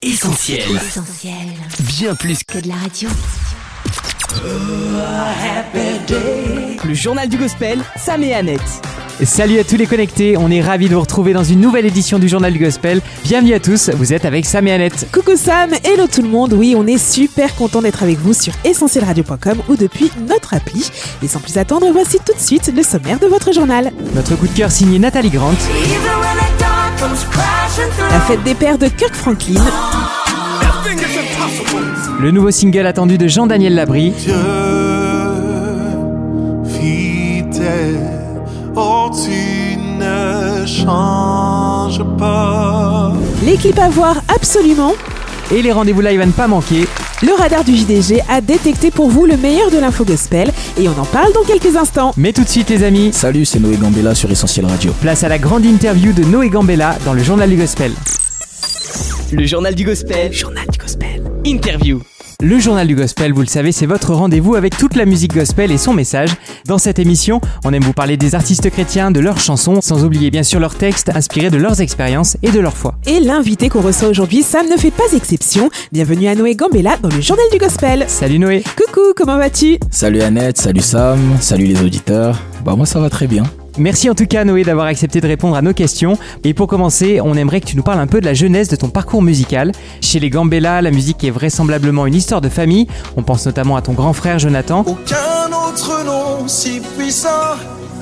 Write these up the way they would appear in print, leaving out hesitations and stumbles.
Essentiel. Bien plus que de la radio. Le journal du gospel, Sam et Annette. Salut à tous les connectés, on est ravis de vous retrouver dans une nouvelle édition du Journal du Gospel. Bienvenue à tous, vous êtes avec Sam et Annette. Coucou Sam, hello tout le monde. Oui, on est super content d'être avec vous sur essentielradio.com ou depuis notre appli. Et sans plus attendre, voici tout de suite le sommaire de votre journal. Notre coup de cœur signé Nathalie Grant. La fête des pères de Kirk Franklin. Le nouveau single attendu de Jean-Daniel Labrie. Dieu fidèle, oh tu ne changes pas. Les clips à voir absolument. Et les rendez-vous live à ne pas manquer. Le radar du JDG a détecté pour vous le meilleur de l'info gospel et on en parle dans quelques instants. Mais tout de suite les amis, salut, c'est Noé Gambella sur Essentiel Radio. Place à la grande interview de Noé Gambella dans le Journal du Gospel. Le journal du gospel. Interview. Le Journal du Gospel, vous le savez, c'est votre rendez-vous avec toute la musique gospel et son message. Dans cette émission, on aime vous parler des artistes chrétiens, de leurs chansons, sans oublier bien sûr leurs textes inspirés de leurs expériences et de leur foi. Et l'invité qu'on reçoit aujourd'hui, Sam ne fait pas exception. Bienvenue à Noé Gambella dans le Journal du Gospel. Salut Noé. Coucou, comment vas-tu ? Salut Annette, salut Sam, salut les auditeurs. Moi ça va très bien. Merci en tout cas Noé d'avoir accepté de répondre à nos questions. Et pour commencer, on aimerait que tu nous parles un peu de la genèse de ton parcours musical. Chez les Gambella, la musique est vraisemblablement une histoire de famille. On pense notamment à ton grand frère Jonathan. Aucun autre nom si puissant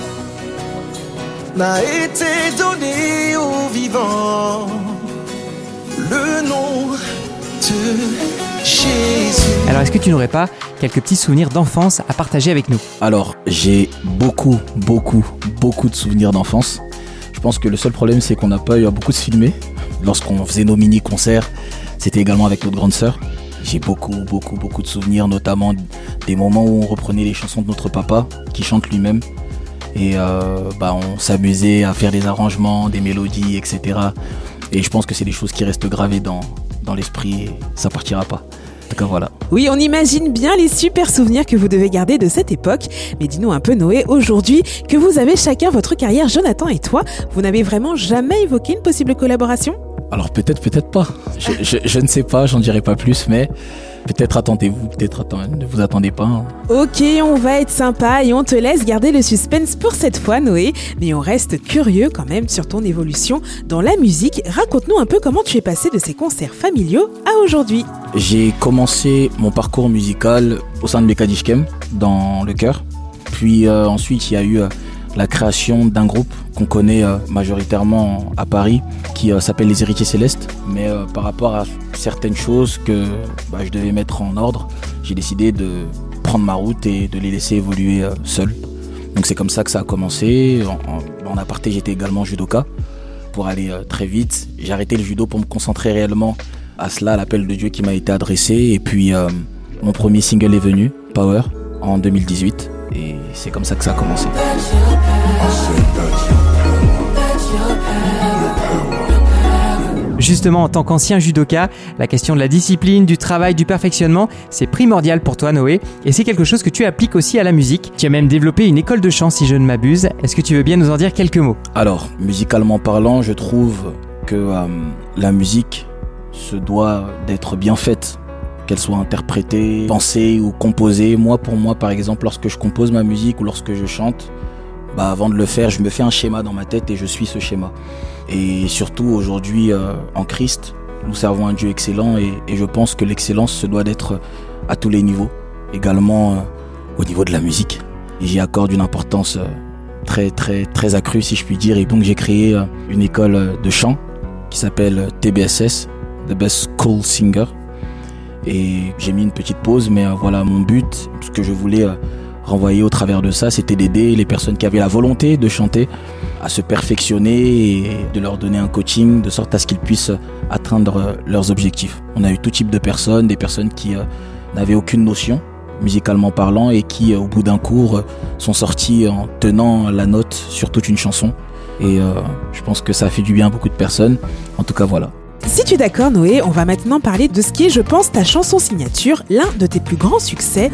n'a été donné aux vivants. Le nom de Jésus. Alors est-ce que tu n'aurais pas quelques petits souvenirs d'enfance à partager avec nous ? Alors, j'ai beaucoup de souvenirs d'enfance. Je pense que le seul problème, c'est qu'on n'a pas eu à beaucoup se filmer. Lorsqu'on faisait nos mini-concerts, c'était également avec notre grande sœur. J'ai beaucoup de souvenirs, notamment des moments où on reprenait les chansons de notre papa, qui chante lui-même. Et on s'amusait à faire des arrangements, des mélodies, etc. Et je pense que c'est des choses qui restent gravées dans l'esprit et ça partira pas. En tout cas, voilà. Oui, on imagine bien les super souvenirs que vous devez garder de cette époque. Mais dis-nous un peu Noé, aujourd'hui que vous avez chacun votre carrière, Jonathan et toi, vous n'avez vraiment jamais évoqué une possible collaboration ? Alors peut-être pas. Je ne sais pas, j'en dirai pas plus, mais peut-être attendez-vous, ne vous attendez pas. Hein. Ok, on va être sympa et on te laisse garder le suspense pour cette fois Noé. Mais on reste curieux quand même sur ton évolution dans la musique. Raconte-nous un peu comment tu es passé de ces concerts familiaux à aujourd'hui. J'ai commencé mon parcours musical au sein de Bekadishkem, dans le chœur. Puis ensuite il y a eu la création d'un groupe qu'on connaît majoritairement à Paris qui s'appelle Les Héritiers Célestes. Mais par rapport à certaines choses que je devais mettre en ordre, j'ai décidé de prendre ma route et de les laisser évoluer seul. Donc c'est comme ça que ça a commencé. En aparté, j'étais également judoka pour aller très vite. J'ai arrêté le judo pour me concentrer réellement à cela, à l'appel de Dieu qui m'a été adressé. Et puis mon premier single est venu, Power, en 2018. Et c'est comme ça que ça a commencé. Justement, en tant qu'ancien judoka, la question de la discipline, du travail, du perfectionnement, c'est primordial pour toi Noé. Et c'est quelque chose que tu appliques aussi à la musique. Tu as même développé une école de chant si je ne m'abuse. Est-ce que tu veux bien nous en dire quelques mots ? Alors, musicalement parlant, je trouve que la musique se doit d'être bien faite. Qu'elle soit interprétée, pensée ou composée. Pour moi, par exemple, lorsque je compose ma musique ou lorsque je chante, avant de le faire, je me fais un schéma dans ma tête et je suis ce schéma. Et surtout, aujourd'hui, en Christ, nous servons un Dieu excellent et je pense que l'excellence se doit d'être à tous les niveaux. Également au niveau de la musique. Et j'y accorde une importance très accrue, si je puis dire. Et donc, j'ai créé une école de chant qui s'appelle TBSS, The Best School Singer. Et j'ai mis une petite pause, mais voilà, mon but, ce que je voulais renvoyer au travers de ça, c'était d'aider les personnes qui avaient la volonté de chanter à se perfectionner et de leur donner un coaching de sorte à ce qu'ils puissent atteindre leurs objectifs. On a eu tout type de personnes, des personnes qui n'avaient aucune notion musicalement parlant et qui au bout d'un cours sont sortis en tenant la note sur toute une chanson. Et je pense que ça a fait du bien à beaucoup de personnes. En tout cas, voilà. Si tu es d'accord Noé, on va maintenant parler de ce qui est, je pense, ta chanson signature, l'un de tes plus grands succès.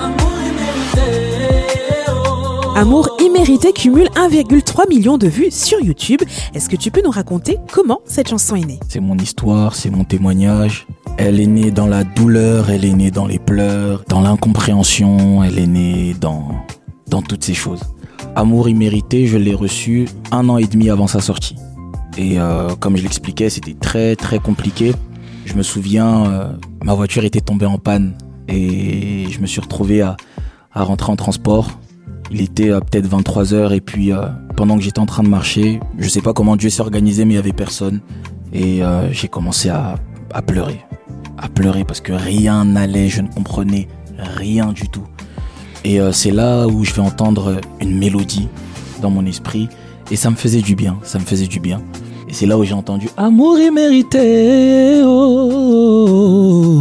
Amour immérité cumule 1,3 million de vues sur YouTube. Est-ce que tu peux nous raconter comment cette chanson est née ? C'est mon histoire, c'est mon témoignage. Elle est née dans la douleur, elle est née dans les pleurs, dans l'incompréhension, elle est née dans toutes ces choses. Amour immérité, je l'ai reçu 1 an et demi avant sa sortie. Et comme je l'expliquais, c'était très très compliqué. Je me souviens, ma voiture était tombée en panne et je me suis retrouvé à rentrer en transport. Il était peut-être 23h et puis pendant que j'étais en train de marcher, je sais pas comment Dieu s'est organisé mais il y avait personne. Et j'ai commencé à pleurer. À pleurer parce que rien n'allait, je ne comprenais rien du tout. Et c'est là où je vais entendre une mélodie dans mon esprit et ça me faisait du bien, Et c'est là où j'ai entendu « Amour immérité, oh ».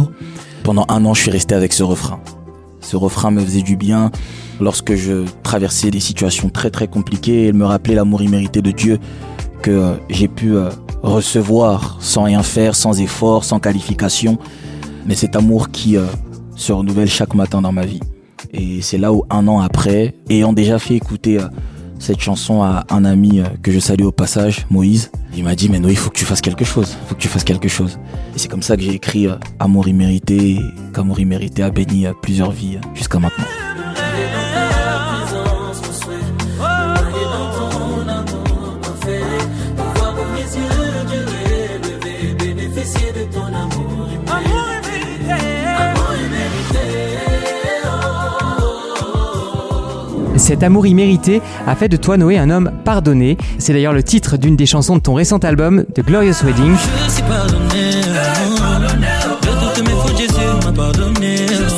Pendant 1 an, je suis resté avec ce refrain. Ce refrain me faisait du bien lorsque je traversais des situations très très compliquées. Il me rappelait l'amour immérité de Dieu que j'ai pu recevoir sans rien faire, sans effort, sans qualification. Mais cet amour qui se renouvelle chaque matin dans ma vie. Et c'est là où 1 an après, ayant déjà fait écouter cette chanson à un ami que je salue au passage, Moïse, il m'a dit « Mais Noé, il faut que tu fasses quelque chose. Et c'est comme ça que j'ai écrit Amour immérité, et qu'Amour immérité a béni plusieurs vies jusqu'à maintenant. Cet amour immérité a fait de toi, Noé, un homme pardonné. C'est d'ailleurs le titre d'une des chansons de ton récent album, The Glorious Wedding. Je suis pardonné, de toutes mes fautes, Jésus m'a pardonné.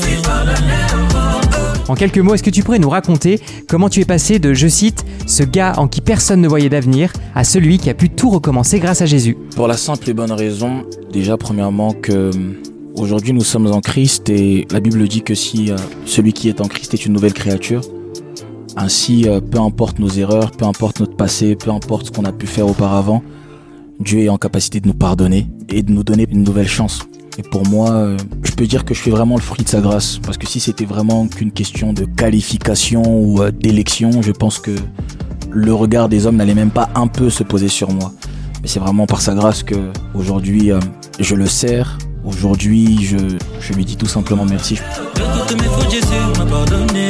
En quelques mots, est-ce que tu pourrais nous raconter comment tu es passé de, je cite, ce gars en qui personne ne voyait d'avenir, à celui qui a pu tout recommencer grâce à Jésus? Pour la simple et bonne raison, déjà premièrement que aujourd'hui nous sommes en Christ et la Bible dit que si celui qui est en Christ est une nouvelle créature, ainsi, peu importe nos erreurs, peu importe notre passé, peu importe ce qu'on a pu faire auparavant, Dieu est en capacité de nous pardonner et de nous donner une nouvelle chance. Et pour moi, je peux dire que je suis vraiment le fruit de sa grâce. Parce que si c'était vraiment qu'une question de qualification ou d'élection, je pense que le regard des hommes n'allait même pas un peu se poser sur moi. Mais c'est vraiment par sa grâce que aujourd'hui je le sers. Aujourd'hui, je lui dis tout simplement merci. De toutes mes fautes, Jésus m'a pardonné.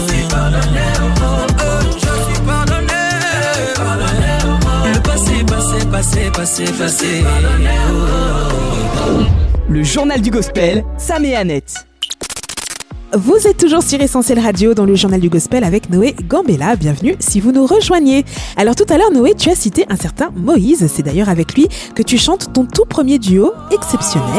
Le passé. Le journal du gospel, Sam et Annette. Vous êtes toujours sur Essentiel Radio dans le journal du gospel avec Noé Gambella. Bienvenue si vous nous rejoignez. Alors tout à l'heure, Noé, tu as cité un certain Moïse. C'est d'ailleurs avec lui que tu chantes ton tout premier duo, Exceptionnel.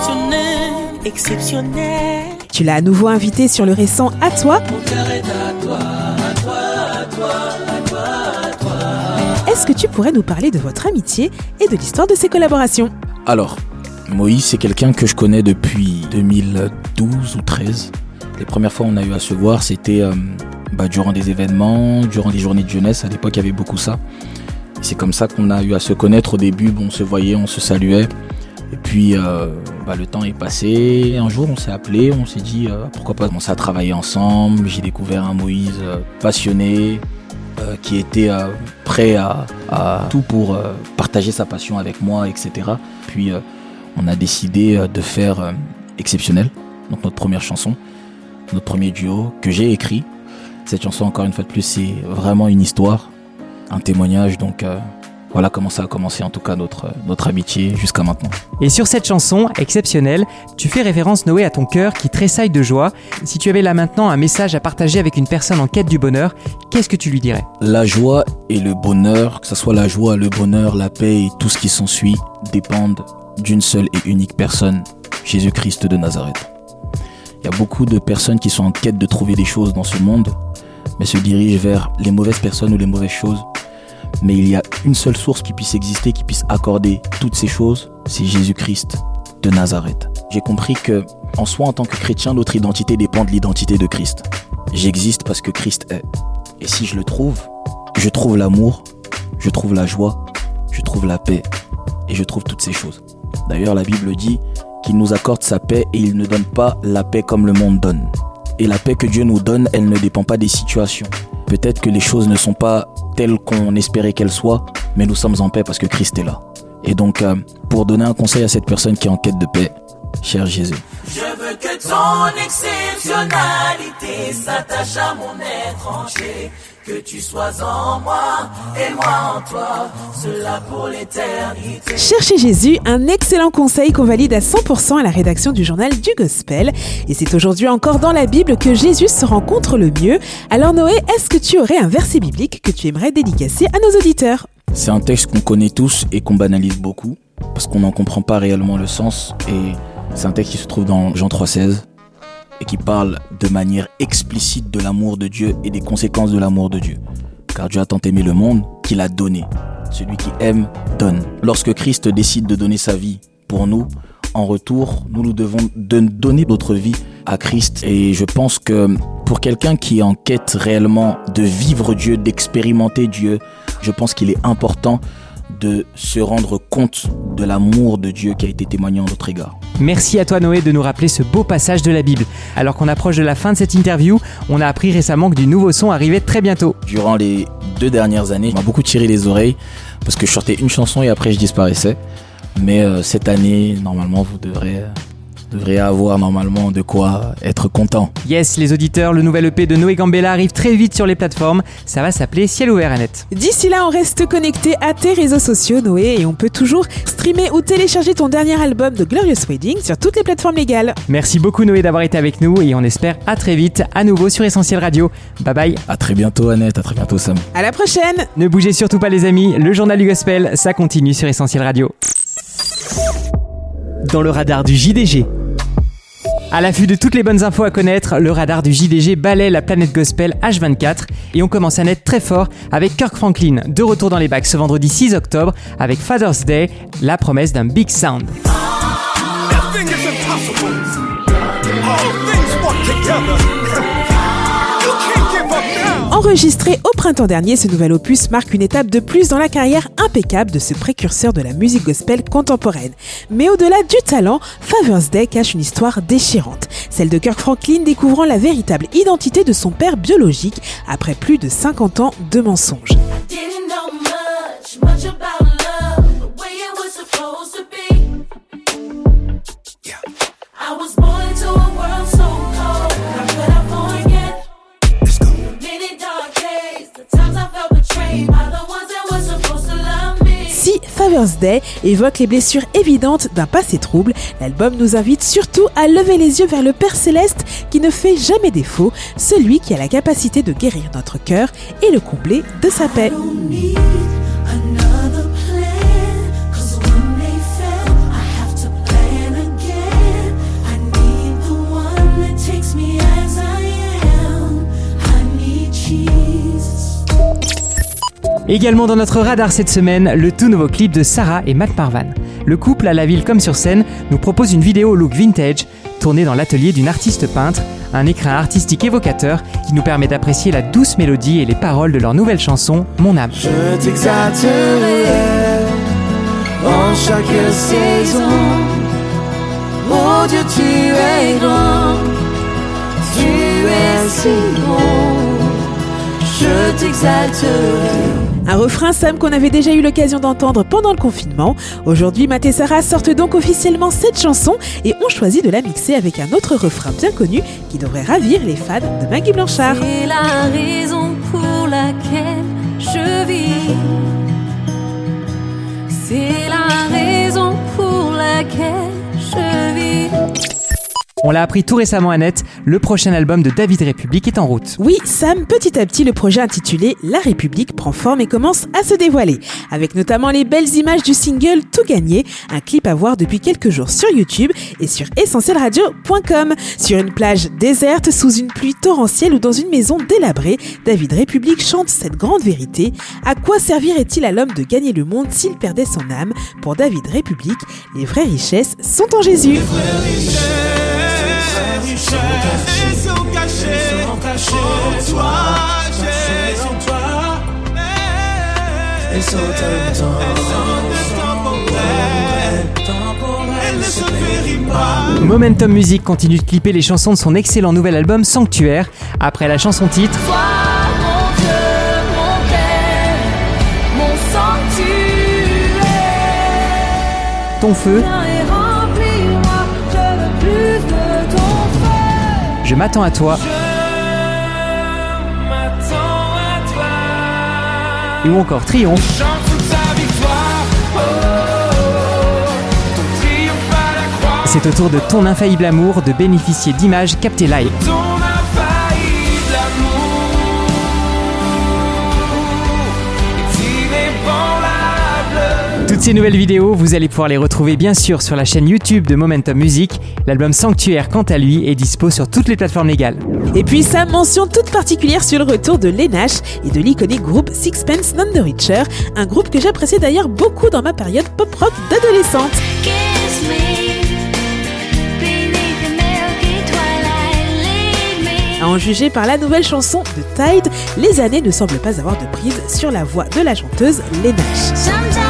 Exceptionnel. Tu l'as à nouveau invité sur le récent À toi. Mon cœur est à toi, à toi, à toi, à toi, à toi. Est-ce que tu pourrais nous parler de votre amitié et de l'histoire de ces collaborations? Alors, Moïse, c'est quelqu'un que je connais depuis 2012 ou 13. Les premières fois où on a eu à se voir, c'était durant des événements, durant des journées de jeunesse. À l'époque, il y avait beaucoup ça. Et c'est comme ça qu'on a eu à se connaître au début. On se voyait, on se saluait. Et puis, le temps est passé. Un jour, on s'est appelé, on s'est dit pourquoi pas commencer à travailler ensemble. J'ai découvert un Moïse passionné, qui était prêt à tout pour partager sa passion avec moi, etc. Puis, on a décidé de faire Exceptionnel, donc notre première chanson. Notre premier duo que j'ai écrit. Cette chanson, encore une fois de plus, c'est vraiment une histoire, un témoignage. Donc voilà comment ça a commencé en tout cas notre amitié jusqu'à maintenant. Et sur cette chanson, Exceptionnelle, tu fais référence, Noé, à ton cœur qui tressaille de joie. Si tu avais là maintenant un message à partager avec une personne en quête du bonheur, qu'est-ce que tu lui dirais? La joie et le bonheur, que ce soit la joie, le bonheur, la paix et tout ce qui s'ensuit, dépendent d'une seule et unique personne, Jésus-Christ de Nazareth. Il y a beaucoup de personnes qui sont en quête de trouver des choses dans ce monde, mais se dirigent vers les mauvaises personnes ou les mauvaises choses. Mais il y a une seule source qui puisse exister, qui puisse accorder toutes ces choses, c'est Jésus-Christ de Nazareth. J'ai compris que, en soi, en tant que chrétien, notre identité dépend de l'identité de Christ. J'existe parce que Christ est. Et si je le trouve, je trouve l'amour, je trouve la joie, je trouve la paix, et je trouve toutes ces choses. D'ailleurs, la Bible dit qu'il nous accorde sa paix et il ne donne pas la paix comme le monde donne. Et la paix que Dieu nous donne, elle ne dépend pas des situations. Peut-être que les choses ne sont pas telles qu'on espérait qu'elles soient, mais nous sommes en paix parce que Christ est là. Et donc, pour donner un conseil à cette personne qui est en quête de paix, cher Jésus. Je veux que ton exceptionnalité s'attache à mon être entier. Que tu sois en moi et moi en toi, cela pour l'éternité. Cherchez Jésus, un excellent conseil qu'on valide à 100% à la rédaction du journal du Gospel. Et c'est aujourd'hui encore dans la Bible que Jésus se rencontre le mieux. Alors Noé, est-ce que tu aurais un verset biblique que tu aimerais dédicacer à nos auditeurs ? C'est un texte qu'on connaît tous et qu'on banalise beaucoup, parce qu'on n'en comprend pas réellement le sens. Et c'est un texte qui se trouve dans Jean 3,16. Et qui parle de manière explicite de l'amour de Dieu et des conséquences de l'amour de Dieu. Car Dieu a tant aimé le monde qu'il a donné. Celui qui aime, donne. Lorsque Christ décide de donner sa vie pour nous, en retour, nous devons donner notre vie à Christ. Et je pense que pour quelqu'un qui est en quête réellement de vivre Dieu, d'expérimenter Dieu, je pense qu'il est important de se rendre compte de l'amour de Dieu qui a été témoigné en notre égard. Merci à toi Noé de nous rappeler ce beau passage de la Bible. Alors qu'on approche de la fin de cette interview, on a appris récemment que du nouveau son arrivait très bientôt. Durant les 2 dernières années, je m'a beaucoup tiré les oreilles parce que je chantais une chanson et après je disparaissais. Mais cette année, normalement, vous devrez avoir normalement de quoi être content. Yes, les auditeurs, le nouvel EP de Noé Gambella arrive très vite sur les plateformes. Ça va s'appeler Ciel ouvert, Annette. D'ici là, on reste connecté à tes réseaux sociaux, Noé, et on peut toujours streamer ou télécharger ton dernier album de Glorious Wedding sur toutes les plateformes légales. Merci beaucoup Noé d'avoir été avec nous et on espère à très vite à nouveau sur Essentiel Radio. Bye bye. À très bientôt Annette, à très bientôt Sam. À la prochaine. Ne bougez surtout pas les amis, le journal du Gospel, ça continue sur Essentiel Radio. Dans le radar du JDG. À l'affût de toutes les bonnes infos à connaître, le radar du JDG balaie la planète gospel H24 et on commence à naître très fort avec Kirk Franklin, de retour dans les bacs ce vendredi 6 octobre avec Father's Day, la promesse d'un big sound. Enregistré au printemps dernier, ce nouvel opus marque une étape de plus dans la carrière impeccable de ce précurseur de la musique gospel contemporaine. Mais au-delà du talent, Father's Day cache une histoire déchirante. Celle de Kirk Franklin découvrant la véritable identité de son père biologique après plus de 50 ans de mensonges. Si Father's Day évoque les blessures évidentes d'un passé trouble, l'album nous invite surtout à lever les yeux vers le Père Céleste qui ne fait jamais défaut, celui qui a la capacité de guérir notre cœur et le combler de sa paix. Également dans notre radar cette semaine, le tout nouveau clip de Sarah et Mac Marvan. Le couple, à la ville comme sur scène, nous propose une vidéo au look vintage, tournée dans l'atelier d'une artiste peintre, un écrin artistique évocateur qui nous permet d'apprécier la douce mélodie et les paroles de leur nouvelle chanson, Mon âme. Je t'exalterai en chaque saison. Oh Dieu, tu es grand, tu es si bon. Je t'exalterai. Un refrain, Sam, qu'on avait déjà eu l'occasion d'entendre pendant le confinement. Aujourd'hui, Matt et Sarah sortent donc officiellement cette chanson et ont choisi de la mixer avec un autre refrain bien connu qui devrait ravir les fans de Maggie Blanchard. C'est la raison pour laquelle je vis. C'est la raison pour laquelle je vis. On l'a appris tout récemment, Annette, le prochain album de David République est en route. Oui, Sam, petit à petit, le projet intitulé La République prend forme et commence à se dévoiler. Avec notamment les belles images du single Tout gagné, un clip à voir depuis quelques jours sur YouTube et sur essentielradio.com. Sur une plage déserte, sous une pluie torrentielle ou dans une maison délabrée, David République chante cette grande vérité. À quoi servirait-il à l'homme de gagner le monde s'il perdait son âme ? Pour David République, les vraies richesses sont en Jésus. Elles sont cachées en toi, en toi. Elles sont temporaires, elles ne se périment pas. Momentum Music continue de clipper les chansons de son excellent nouvel album Sanctuaire. Après la chanson titre, Toi, mon Dieu, mon Père, mon sanctuaire. Ton feu, Viens et remplis-moi, je Je m'attends à toi. Et ou encore Triomphe. C'est au tour de Ton infaillible amour de bénéficier d'images captées live. Toutes ces nouvelles vidéos, vous allez pouvoir les retrouver bien sûr sur la chaîne YouTube de Momentum Music. L'album Sanctuaire, quant à lui, est dispo sur toutes les plateformes légales. Et puis sa mention toute particulière sur le retour de Lenache et de l'iconique groupe Sixpence None the Richer, un groupe que j'appréciais d'ailleurs beaucoup dans ma période pop-rock d'adolescente. À en juger par la nouvelle chanson de Tide, les années ne semblent pas avoir de prise sur la voix de la chanteuse Lenache.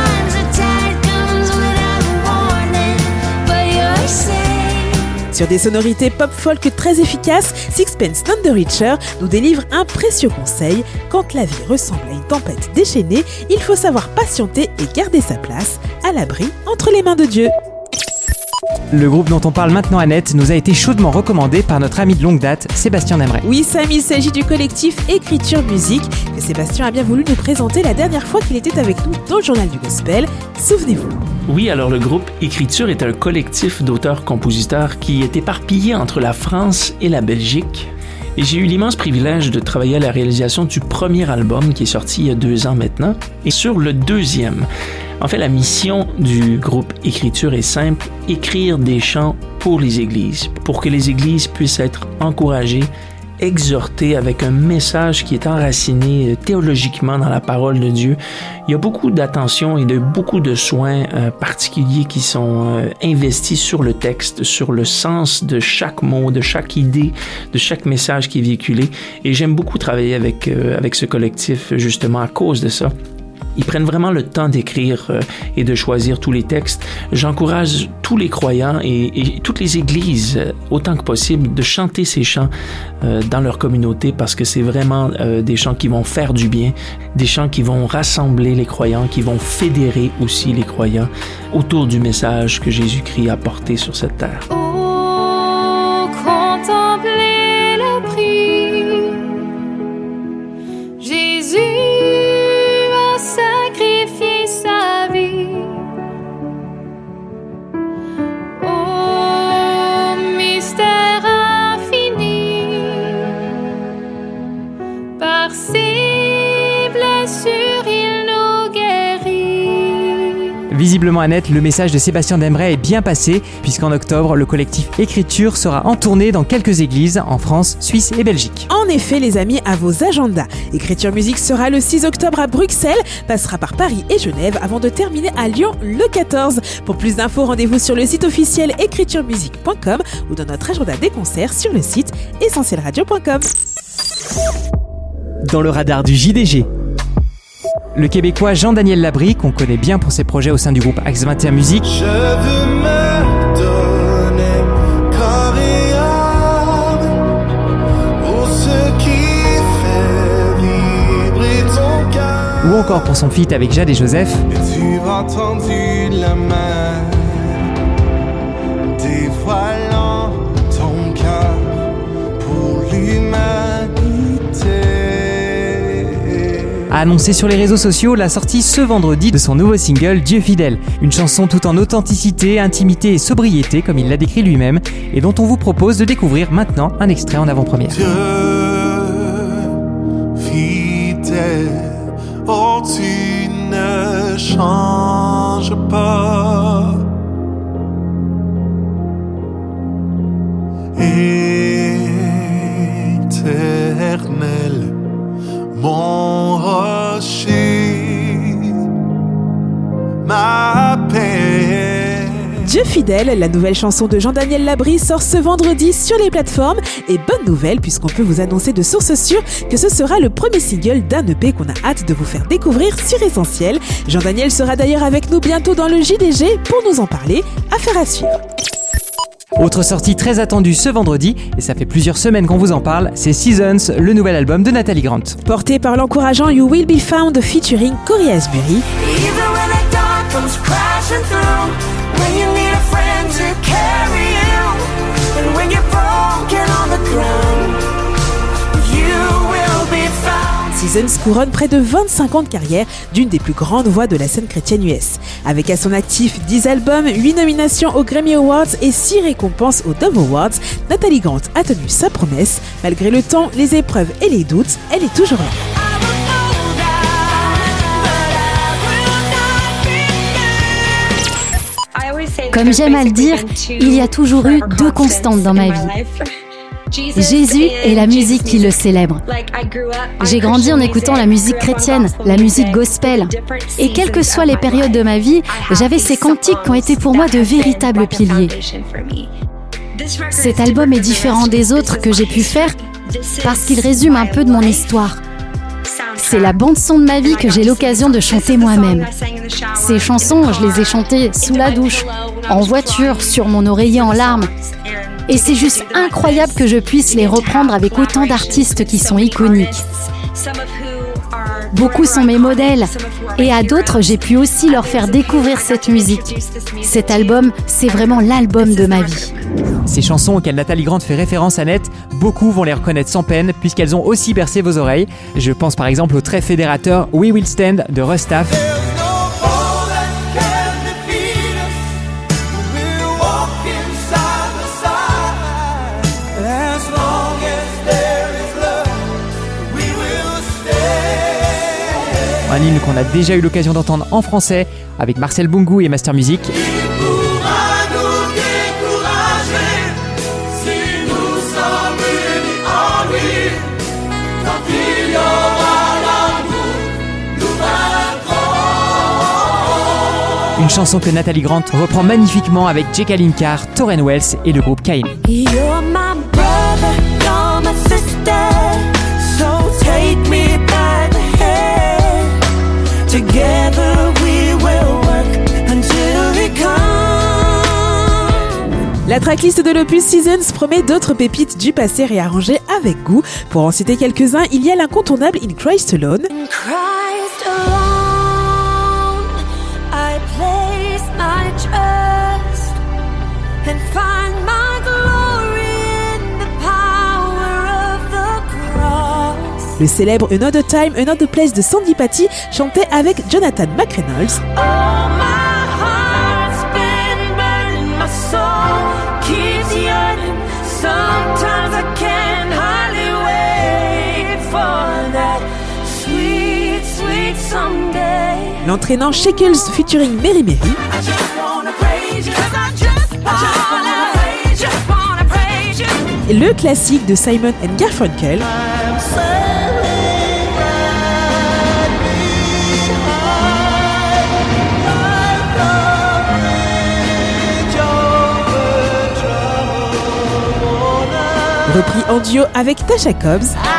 Sur des sonorités pop-folk très efficaces, Sixpence None the Richer nous délivre un précieux conseil. Quand la vie ressemble à une tempête déchaînée, il faut savoir patienter et garder sa place à l'abri entre les mains de Dieu. Le groupe dont on parle maintenant, Annette, nous a été chaudement recommandé par notre ami de longue date, Sébastien Demray. Oui, Sam, il s'agit du collectif Écriture Musique que Sébastien a bien voulu nous présenter la dernière fois qu'il était avec nous dans le Journal du Gospel. Souvenez-vous. Oui, alors le groupe Écriture est un collectif d'auteurs-compositeurs qui est éparpillé entre la France et la Belgique. Et j'ai eu l'immense privilège de travailler à la réalisation du premier album qui est sorti il y a 2 ans maintenant. Et sur le deuxième, en fait, la mission du groupe Écriture est simple, écrire des chants pour les églises, pour que les églises puissent être encouragées, exhortées avec un message qui est enraciné théologiquement dans la parole de Dieu. Il y a beaucoup d'attention et beaucoup de soins particuliers qui sont investis sur le texte, sur le sens de chaque mot, de chaque idée, de chaque message qui est véhiculé. Et j'aime beaucoup travailler avec ce collectif justement à cause de ça. Ils prennent vraiment le temps d'écrire et de choisir tous les textes. J'encourage tous les croyants et toutes les églises, autant que possible, de chanter ces chants dans leur communauté parce que c'est vraiment des chants qui vont faire du bien, des chants qui vont rassembler les croyants, qui vont fédérer aussi les croyants autour du message que Jésus-Christ a porté sur cette terre. Oh, contemplez le prix. Jésus sacrifier sa vie. Oh, mystère infini, par ses blessures il nous guérit. Visiblement, Annette, le message de Sébastien Demray est bien passé, puisqu'en octobre, le collectif Écriture sera en tournée dans quelques églises en France, Suisse et Belgique. En effet, les amis, à vos agendas. Écriture Musique sera le 6 octobre à Bruxelles, passera par Paris et Genève avant de terminer à Lyon le 14. Pour plus d'infos, rendez-vous sur le site officiel écrituremusique.com ou dans notre agenda des concerts sur le site essentielradio.com. Dans le radar du JDG. Le Québécois Jean-Daniel Labrie, qu'on connaît bien pour ses projets au sein du groupe Axe 21 Musique, Je veux me donner corps et âme pour ce qui fait vibrer ton cœur. ou encore pour son feat avec Jade et Joseph. Et tu as tendu la main, dévoilant ton cœur pour l'humanité. A annoncé sur les réseaux sociaux la sortie ce vendredi de son nouveau single Dieu fidèle, une chanson tout en authenticité, intimité et sobriété comme il l'a décrit lui-même et dont on vous propose de découvrir maintenant un extrait en avant-première. Dieu fidèle, oh tu ne changes pas. Éternel, mon rocher, ma paix. Dieu fidèle, la nouvelle chanson de Jean-Daniel Labrie sort ce vendredi sur les plateformes. Et bonne nouvelle, puisqu'on peut vous annoncer de source sûre que ce sera le premier single d'un EP qu'on a hâte de vous faire découvrir sur Essentiel. Jean-Daniel sera d'ailleurs avec nous bientôt dans le JDG pour nous en parler. Affaire à suivre. Autre sortie très attendue ce vendredi, et ça fait plusieurs semaines qu'on vous en parle, c'est Seasons, le nouvel album de Nathalie Grant. Porté par l'encourageant You Will Be Found featuring Corey Asbury. Seasons couronne près de 25 ans de carrière d'une des plus grandes voix de la scène chrétienne US. Avec à son actif 10 albums, 8 nominations aux Grammy Awards et 6 récompenses aux Dove Awards, Nathalie Grant a tenu sa promesse. Malgré le temps, les épreuves et les doutes, elle est toujours là. Comme j'aime à le dire, il y a toujours eu 2 constantes dans ma vie. Jésus et la musique qui le célèbre. J'ai grandi en écoutant la musique chrétienne, la musique gospel. Et quelles que soient les périodes de ma vie, j'avais ces cantiques qui ont été pour moi de véritables piliers. Cet album est différent des autres que j'ai pu faire parce qu'il résume un peu de mon histoire. C'est la bande-son de ma vie que j'ai l'occasion de chanter moi-même. Ces chansons, je les ai chantées sous la douche, en voiture, sur mon oreiller en larmes. Et c'est juste incroyable que je puisse les reprendre avec autant d'artistes qui sont iconiques. Beaucoup sont mes modèles, et à d'autres, j'ai pu aussi leur faire découvrir cette musique. Cet album, c'est vraiment l'album de ma vie. Ces chansons auxquelles Nathalie Grant fait référence, Annette, beaucoup vont les reconnaître sans peine puisqu'elles ont aussi bercé vos oreilles. Je pense par exemple au très fédérateur We Will Stand de Russ Taff. Un hymne qu'on a déjà eu l'occasion d'entendre en français avec Marcel Bungu et Master Music. Une chanson que Nathalie Grant reprend magnifiquement avec Jake Linkar, Torren Wells et le groupe Cain. La tracklist de l'opus Seasons promet d'autres pépites du passé réarrangées avec goût. Pour en citer quelques-uns, il y a l'incontournable In Christ Alone. In Christ alone, I place my trust and find my glory in the power of the cross. Le célèbre Another Time, Another Place de Sandy Patty, chanté avec Jonathan McReynolds. L'entraînant Shekels featuring Mary Mary. Et le classique de Simon & Garfunkel. Repris en duo avec Tasha Cobbs.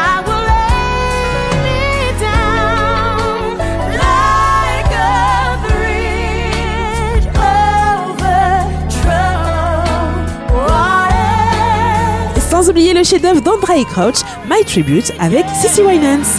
Sans oublier le chef-d'œuvre d'Andraé Crouch, My Tribute avec Cissy Winans.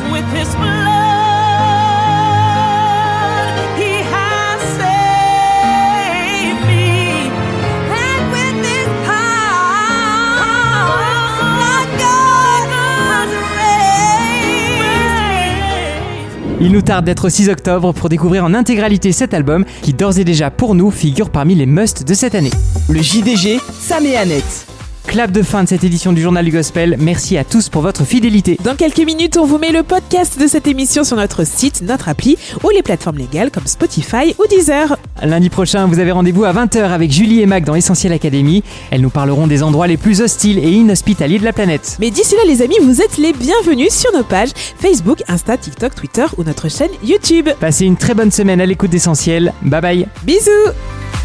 Il nous tarde d'être au 6 octobre pour découvrir en intégralité cet album qui d'ores et déjà pour nous figure parmi les musts de cette année. Le JDG, Sam et Annette. Clap de fin de cette édition du Journal du Gospel. Merci à tous pour votre fidélité. Dans quelques minutes, on vous met le podcast de cette émission sur notre site, notre appli ou les plateformes légales comme Spotify ou Deezer. Lundi prochain, vous avez rendez-vous à 20h avec Julie et Mac dans Essentiel Academy. Elles nous parleront des endroits les plus hostiles et inhospitaliers de la planète. Mais d'ici là, les amis, vous êtes les bienvenus sur nos pages Facebook, Insta, TikTok, Twitter ou notre chaîne YouTube. Passez une très bonne semaine à l'écoute d'Essentiel. Bye bye. Bisous.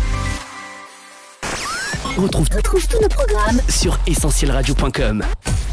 On retrouve tous nos programmes sur essentielradio.com.